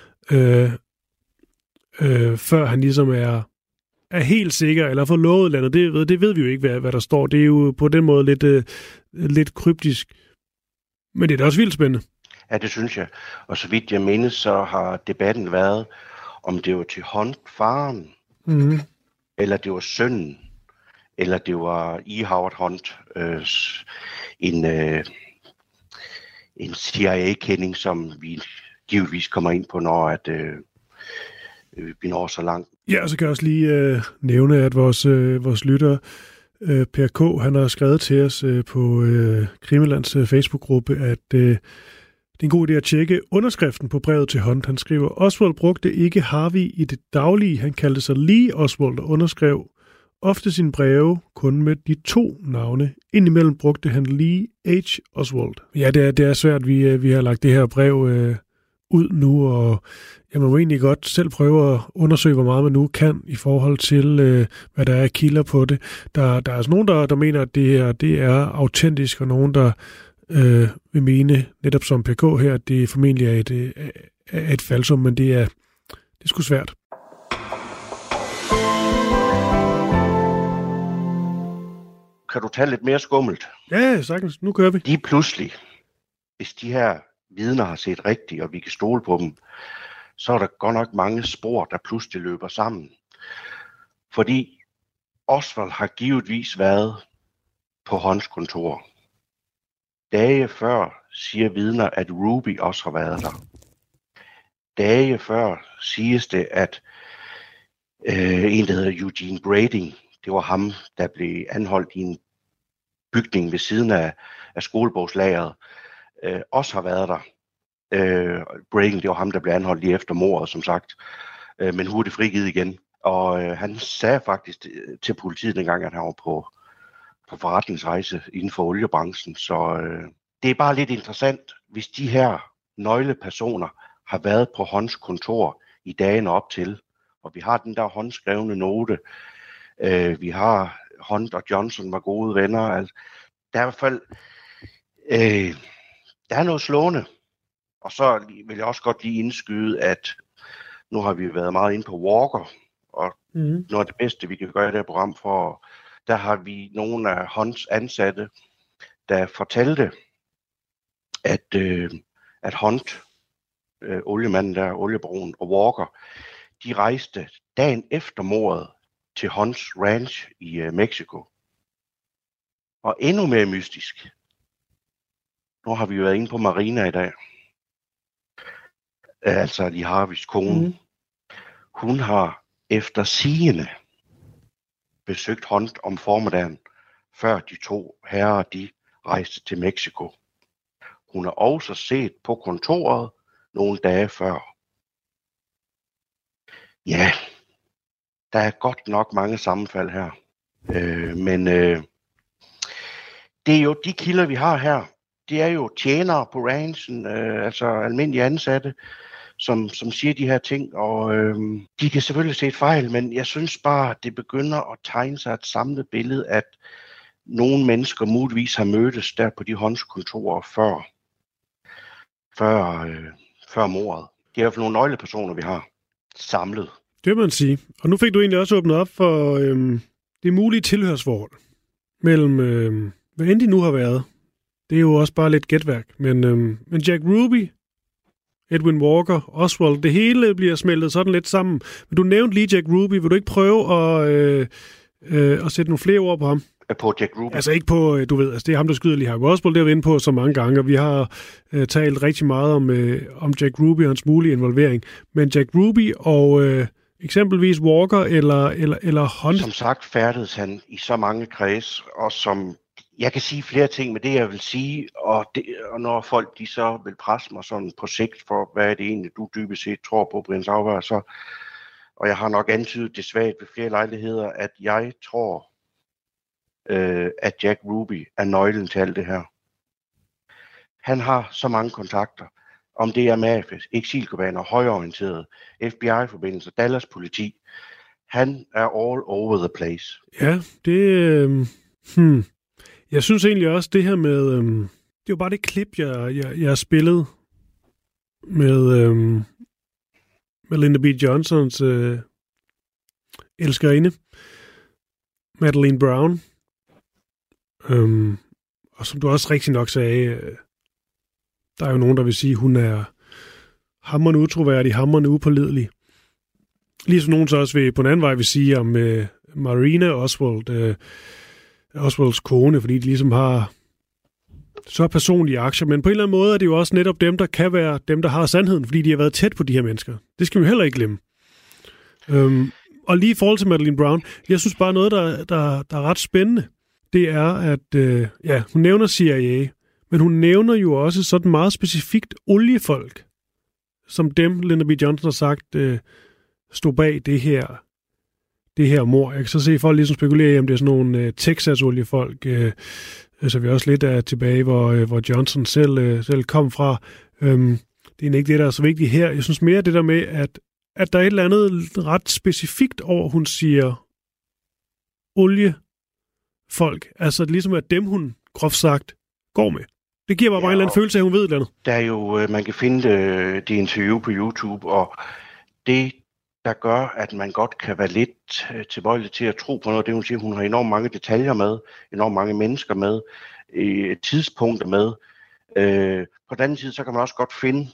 før han ligesom er helt sikker, eller får lovet eller andet. Det ved vi jo ikke, hvad der står. Det er jo på den måde lidt kryptisk. Men det er da også vildt spændende. Ja, det synes jeg. Og så vidt jeg mindes, så har debatten været, om det var til Hunt, faren, eller det var sønnen, eller det var E. Howard Hunt, en CIA-kending, som vi givetvis kommer ind på, når vi når så langt. Ja, og så kan jeg også lige nævne, at vores lytter, Per K., han har skrevet til os på Krimilands Facebook-gruppe, at det er en god idé at tjekke underskriften på brevet til Hunt. Han skriver, Oswald brugte ikke Harvey i det daglige. Han kaldte sig Lee Oswald og underskrev ofte sine breve kun med de 2 navne. Indimellem brugte han Lee H. Oswald. Ja, det er svært. Vi har lagt det her brev ud nu, og jeg må egentlig godt selv prøve at undersøge, hvor meget man nu kan i forhold til, hvad der er kilder på det. Der er altså nogen, der mener, at det her det er autentisk, og nogen, der vil mene, netop som PK her, at det formentlig er et falsum, men det er sgu svært. Kan du tage lidt mere skummelt? Ja, sagtens. Nu kører vi. Lige pludselig, hvis de her vidner har set rigtigt, og vi kan stole på dem, så er der godt nok mange spor, der pludselig løber sammen. Fordi Oswald har givetvis været på Hunts kontor. Dage før siger vidner, at Ruby også har været der. Dage før siges det, at en, der hedder Eugene Brady, det var ham, der blev anholdt i en bygning ved siden af skolebogslageret, også har været der. Brady, det var ham, der blev anholdt lige efter mordet, som sagt, men hurtigt frigivet igen. Og han sagde faktisk til politiet dengang, at han var på forretningsrejse inden for oliebranchen. Så det er bare lidt interessant, hvis de her nøglepersoner har været på Hunts kontor i dagene op til, og vi har den der håndskrevne note, vi har Hunt og Johnson var gode venner. Altså, der er i hvert fald der er noget slående. Og så vil jeg også godt lige indskyde, at nu har vi været meget inde på Walker, og noget af det bedste, vi kan gøre i det her program for, der har vi nogle af Hunts ansatte, der fortalte, at Hunt, oliemanden der, oliebaron og Walker, de rejste dagen efter mordet til Hunts ranch i Mexico. Og endnu mere mystisk. Nu har vi jo været inde på Marina i dag. Altså Lee Harveys kone. Hun har efter sigende besøgt Hunt om formiddagen, før de 2 herrer de rejste til Mexico. Hun har også set på kontoret nogle dage før. Ja, der er godt nok mange sammenfald her. Men det er jo de kilder, vi har her. Det er jo tjenere på ranchen, altså almindelige ansatte, som siger de her ting. Og de kan selvfølgelig se et fejl, men jeg synes bare, at det begynder at tegne sig et samlet billede, at nogle mennesker muligvis har mødtes der på de håndskontorer før mordet. Det er i hvert fald nogle nøglepersoner, vi har samlet. Det vil man sige. Og nu fik du egentlig også åbnet op for det mulige tilhørsforhold mellem, hvad end de nu har været. Det er jo også bare lidt gætværk. Men Jack Ruby, Edwin Walker, Oswald, det hele bliver smeltet sådan lidt sammen. Men du nævnte lige Jack Ruby. Vil du ikke prøve at sætte nogle flere ord på ham? På Jack Ruby? Altså ikke på, du ved, altså det er ham, der skyder Lee Harvey Oswald, det har vi inde på så mange gange, og vi har talt rigtig meget om Jack Ruby og hans mulige involvering. Men Jack Ruby og eksempelvis Walker eller Hunt? Som sagt færdedes han i så mange kreds, og som jeg kan sige flere ting med det, jeg vil sige, og når folk de så vil presse mig sådan på sigt for, hvad er det egentlig, du dybest set tror på, Brian Sauber, så, og jeg har nok antydet det svagt ved flere lejligheder, at jeg tror, at Jack Ruby er nøglen til alt det her. Han har så mange kontakter, om det er mafia, eksilkubaner, højorienterede, FBI-forbindelser, Dallas politi. Han er all over the place. Ja, det... Jeg synes egentlig også, det her med... det er jo bare det klip, jeg har spillet med Lyndon B. Johnsons elskerinde, Madeleine Brown. Og som du også rigtig nok sagde, der er jo nogen, der vil sige, at hun er hamrende utroværdig, hamrende upålidelig. Ligesom nogen så også på en anden vej vil sige om Marina Oswald, Oswalds kone, fordi de ligesom har så personlige aktier, men på en eller anden måde er det jo også netop dem, der kan være dem, der har sandheden, fordi de har været tæt på de her mennesker. Det skal vi heller ikke glemme. Og lige i forhold til Madeleine Brown, jeg synes bare noget, der er ret spændende, det er, at hun nævner CIA, men hun nævner jo også sådan meget specifikt oliefolk, som dem, Lyndon B. Johnson har sagt, stod bag det her det her mord. Jeg kan så se folk ligesom spekulerer i, om det er sådan nogle Texas-oliefolk, så vi er også lidt tilbage, hvor Johnson selv kom fra. Det er ikke det, der er så vigtigt her. Jeg synes mere det der med, at der er et eller andet ret specifikt over, hun siger oliefolk. Altså ligesom at dem, hun groft sagt går med. Det giver bare en eller anden følelse af, at hun ved et eller andet. Der er jo, man kan finde det interview på YouTube, og det, der gør, at man godt kan være lidt tilbøjelig til at tro på noget, det hun siger, hun har enormt mange detaljer med, enormt mange mennesker med, tidspunkter med. På den anden side, så kan man også godt finde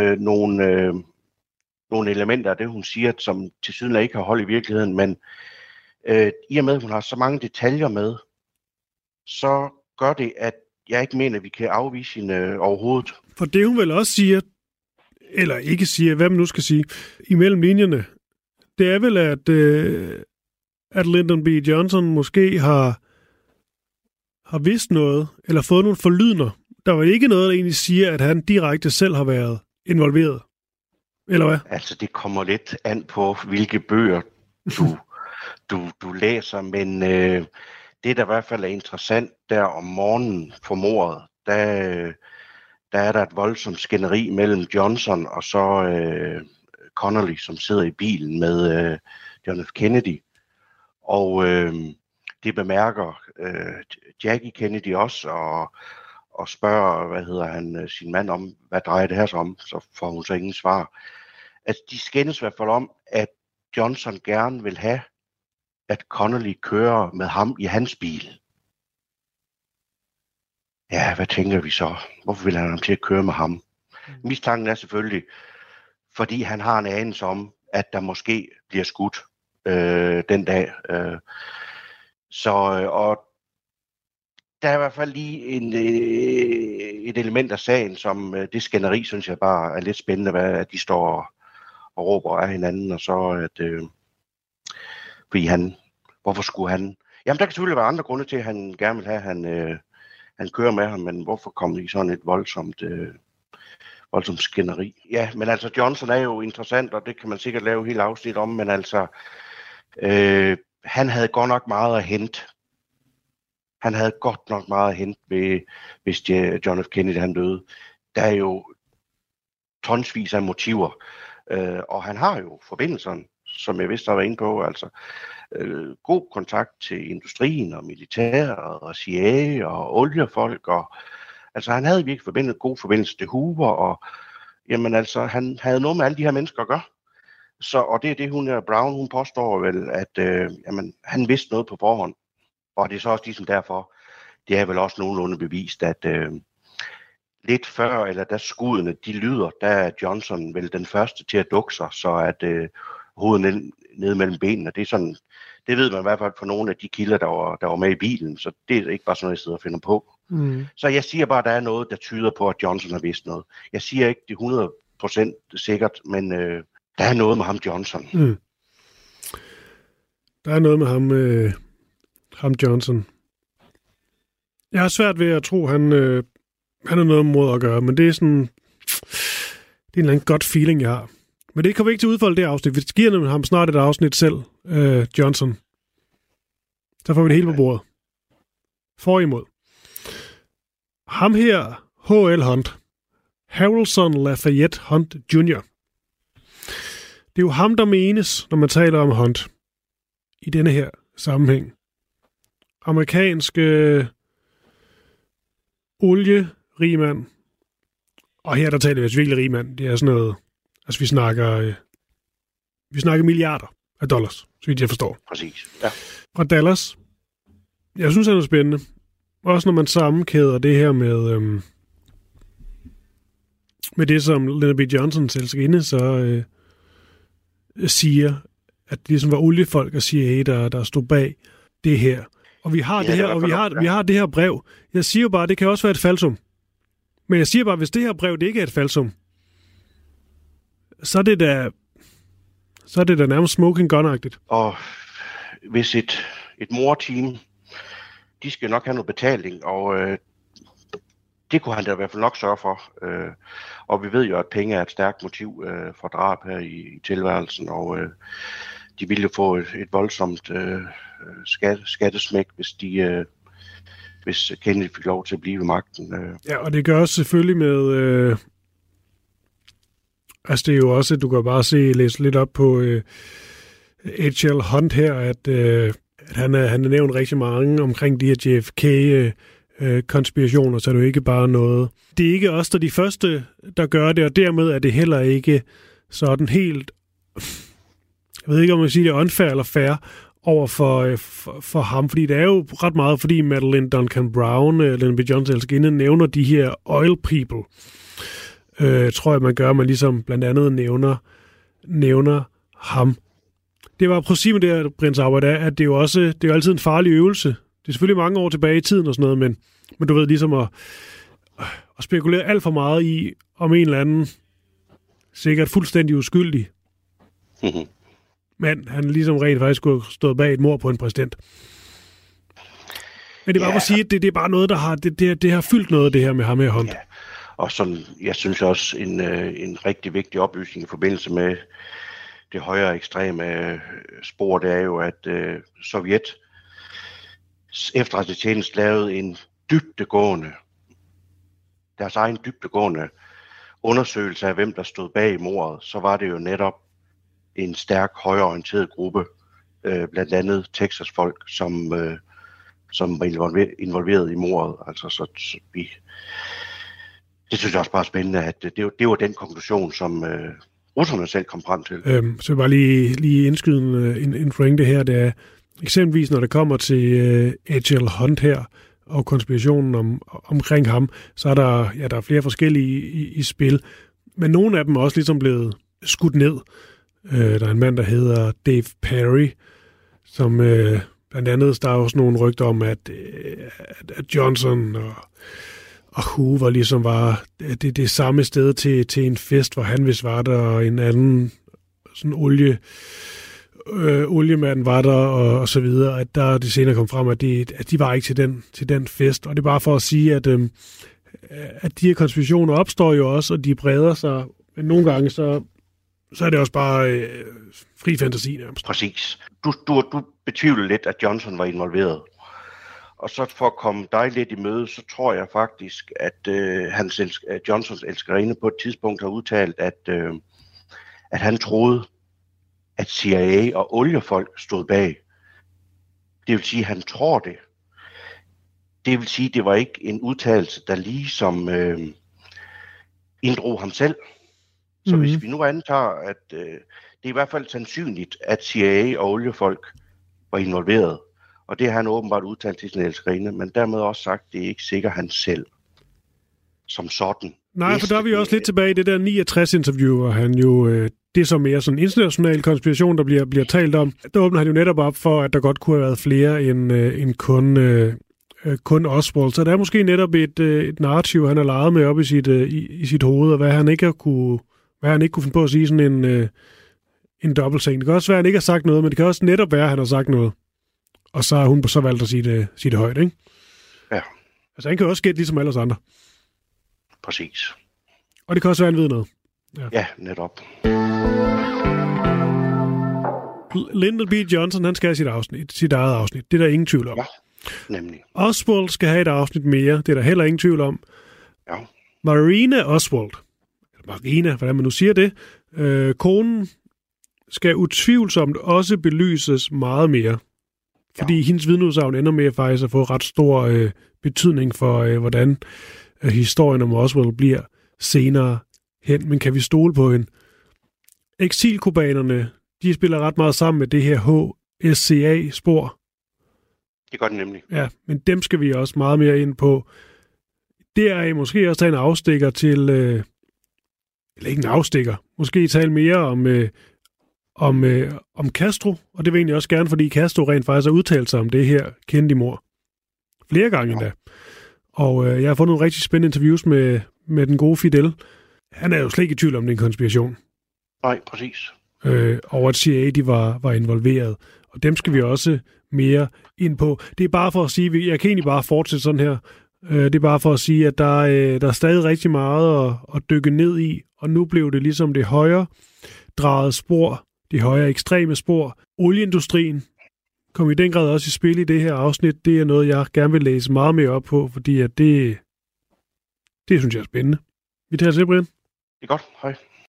nogle elementer af det, hun siger, som tilsyneladende ikke har hold i virkeligheden, men i og med, at hun har så mange detaljer med, så gør det, at jeg ikke mener, at vi kan afvise hende overhovedet. For det hun vel også siger, eller ikke siger, hvad man nu skal sige, imellem linjerne, det er vel, at Lyndon B. Johnson måske har vidst noget, eller fået nogle forlydender. Der var ikke noget, der egentlig siger, at han direkte selv har været involveret. Eller hvad? Altså, det kommer lidt an på, hvilke bøger du læser, men det, der i hvert fald er interessant, der om morgenen for mordet, der er der et voldsomt skænderi mellem Johnson og så Connolly, som sidder i bilen med John F. Kennedy. Og det bemærker Jackie Kennedy også, og spørger, sin mand om, hvad drejer det her sig om, så får hun så ingen svar. Altså, de skændes i hvert fald om, at Johnson gerne vil have, at Connolly kører med ham i hans bil. Ja, hvad tænker vi så? Hvorfor vil han ham til at køre med ham? Mistanken er selvfølgelig, fordi han har en anelse om, at der måske bliver skudt den dag. Og der er i hvert fald lige et element af sagen, som det skænderi, synes jeg bare er lidt spændende, at de står og råber af hinanden, og så fordi hvorfor skulle han? Jamen, der kan selvfølgelig være andre grunde til, at han gerne vil have, han kører med ham, men hvorfor kom i sådan et voldsomt skænderi? Ja, men altså, Johnson er jo interessant, og det kan man sikkert lave helt afsnit om, men altså, han havde godt nok meget at hente. Han havde godt nok meget at hente, hvis John F. Kennedy han døde. Der er jo tonsvis af motiver, og han har jo forbindelserne, som jeg vidste, der var inde på, altså god kontakt til industrien og militæret og CIA og oliefolk, og altså han havde virkelig god forbindelse til Hoover, og jamen altså han havde noget med alle de her mennesker at gøre. Og det er det, Brown, hun påstår vel, at jamen, han vidste noget på forhånd. Og det er så også ligesom derfor, det er vel også nogenlunde bevist, at lidt før, eller da skuddene de lyder, der er Johnson vel den første til at dukke sig, så at hovedet ned mellem benene. Det er sådan, det ved man i hvert fald for nogle af de kilder, der var med i bilen, så det er ikke bare sådan noget, jeg sidder og finder på. Mm. Så jeg siger bare, at der er noget, der tyder på, at Johnson har vidst noget. Jeg siger ikke, det er 100% sikkert, men der er noget med ham Johnson. Mm. Der er noget med ham Johnson. Jeg har svært ved at tro, han har noget mod at gøre, men det er sådan, det er en eller anden godt feeling, jeg har. Men det kommer ikke til at udfolde det afsnit. Vi giver nemlig ham snart et afsnit selv, Johnson. Så får vi det hele på bordet. For imod. Ham her, H.L. Hunt. Harrelson Lafayette Hunt Jr. Det er jo ham, der menes, når man taler om Hunt. I denne her sammenhæng. Amerikanske olierigmand. Og her der taler vi altså virkelig rigmand. Det er sådan noget, altså vi snakker milliarder af dollars, så vidt jeg forstår. Præcis, ja. Fra Dallas. Jeg synes, det er spændende. Også når man sammenkæder det her med det, som Lyndon B. Johnson selvskrinde så siger, at det ligesom var oliefolk og CIA, der stod bag det her. Og vi har det her, og vi har det her brev. Jeg siger jo bare, det kan også være et falsum. Men jeg siger bare, hvis det her brev det ikke er et falsum, så er det da nærmest smoking gun-agtigt. Og hvis et morteam, de skal nok have noget betaling, og det kunne han da i hvert fald nok sørge for. Og vi ved jo, at penge er et stærkt motiv for drab her i tilværelsen, og de ville jo få et voldsomt skattesmæk, hvis Kennedy fik lov til at blive ved magten. Ja, og det gør også selvfølgelig med... altså det er jo også, at du kan bare læse lidt op på H.L. Hunt her, at han er nævnt rigtig mange omkring de her JFK-konspirationer, så er det jo ikke bare noget... Det er ikke os, der er de første, der gør det, og dermed er det heller ikke sådan helt... Jeg ved ikke, om man siger det er unfair eller fair over for ham, fordi det er jo ret meget, fordi Madeleine Duncan Brown, Lyndon B. Johnson elskerinde, nævner de her oil people. Tror jeg, man gør, man ligesom blandt andet nævner ham. Det var præcis med det her, Prins Albert, at det er jo altid en farlig øvelse. Det er selvfølgelig mange år tilbage i tiden og sådan noget, men du ved, ligesom at spekulere alt for meget i, om en eller anden sikkert fuldstændig uskyldig. Men han ligesom rent faktisk skulle have stået bag et mord på en præsident. Men det er bare for at sige, at det er bare noget, der har det har fyldt noget, det her med ham her Hunt. Ja. Og sådan, jeg synes også, en rigtig vigtig oplysning i forbindelse med det højere ekstreme spor, det er jo, at Sovjet efterretningstjeneste lavede en deres egen dybdegående undersøgelse af, hvem der stod bag mordet. Så var det jo netop en stærk højreorienteret gruppe, blandt andet Texas-folk, som var involveret i mordet. Altså, så det synes jeg også bare er spændende, at det var den konklusion, som russerne selv kom frem til. Så bare lige indskyde en pointe her, det er eksempelvis, når det kommer til H.L. Hunt her, og konspirationen omkring ham, så er der er flere forskellige i spil, men nogle af dem er også ligesom blevet skudt ned. Der er en mand, der hedder Dave Perry, som blandt andet, der er også nogle rygter om, at Johnson og Hoover ligesom var det samme sted til en fest, hvor han vist var der, og en anden sådan oliemand var der, og så videre, at der det senere kom frem, at de var ikke til den fest. Og det er bare for at sige, at de her konspirationer opstår jo også, og de breder sig, men nogle gange så er det også bare fri fantasi nærmest. Præcis. Du betvivler lidt, at Johnson var involveret. Og så for at komme dig lidt i møde, så tror jeg faktisk, at Johnsons elskerinde på et tidspunkt har udtalt, at han troede, at CIA og oliefolk stod bag. Det vil sige, at han tror det. Det vil sige, at det var ikke en udtalelse, der ligesom inddrog ham selv. Så hvis vi nu antager, at det er i hvert fald sandsynligt, at CIA og oliefolk var involveret, og det har han åbenbart udtalt til sin elskerinde, men dermed også sagt, at det er ikke sikkert han selv som sådan. Nej, for der er vi også lidt tilbage i det der 69-interview, hvor han jo, det er så mere sådan en international konspiration, der bliver talt om. Der åbner han jo netop op for, at der godt kunne have været flere end kun Oswald. Så der er måske netop et narrativ, han har leget med op i sit hoved, og hvad han ikke kunne finde på at sige sådan en dobbeltseng. Det kan også være, at han ikke har sagt noget, men det kan også netop være, at han har sagt noget. Og så har hun så valgt at sige det højt, ikke? Ja. Altså, han kan også gætte ligesom alle os andre. Præcis. Og det kan også være, han ved noget. Ja, netop. Lyndon B. Johnson, han skal have sit eget afsnit. Det er der ingen tvivl om. Ja, nemlig. Oswald skal have et afsnit mere. Det er der heller ingen tvivl om. Ja. Marina Oswald, Marina, hvordan man nu siger det, konen skal utvivlsomt også belyses meget mere. Fordi hendes vidneudsagn ender med faktisk at få ret stor betydning for, hvordan historien om Oswald bliver senere hen. Men kan vi stole på hende? Eksilkubanerne, de spiller ret meget sammen med det her HSCA-spor. Det gør den nemlig. Ja, men dem skal vi også meget mere ind på. Det er måske også tage en afstikker til... eller ikke en afstikker. Måske tale mere om Castro, og det vil jeg egentlig også gerne, fordi Castro rent faktisk har udtalt sig om det her Kennedy-mord. Flere gange endda. Og jeg har fundet nogle rigtig spændende interviews med den gode Fidel. Han er jo slet ikke i tvivl om, det er en konspiration. Nej, præcis. Og at CIA de var involveret. Og dem skal vi også mere ind på. Det er bare for at sige, jeg kan egentlig bare fortsætte sådan her. Det er bare for at sige, at der er stadig rigtig meget at dykke ned i, og nu blev det ligesom det højere drejet spor de højere ekstreme spor. Olieindustrien kom i den grad også i spil i det her afsnit. Det er noget, jeg gerne vil læse meget mere op på, fordi at det synes jeg er spændende. Vi tager til, Brian. Det er godt. Hej.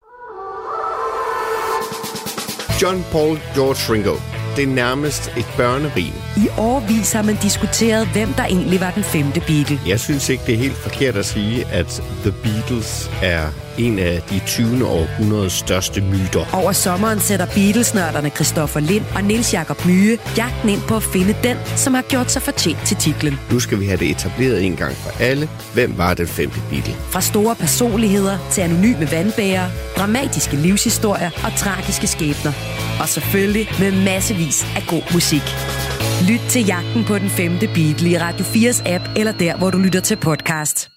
John Paul George Ringo. Det er nærmest et børnerim. I årevis har man diskuteret, hvem der egentlig var den femte Beatle. Jeg synes ikke, det er helt forkert at sige, at The Beatles er en af de 20. århundredes største myter. Over sommeren sætter Beatles-nørderne Christoffer Lind og Niels Jakob Myhe jagten ind på at finde den, som har gjort sig fortjent til titlen. Nu skal vi have det etableret en gang for alle. Hvem var den femte Beatle? Fra store personligheder til anonyme vandbærere, dramatiske livshistorier og tragiske skæbner. Og selvfølgelig med massevis af god musik. Lyt til Jagten på den femte Beatle i Radio 4's app eller der, hvor du lytter til podcast.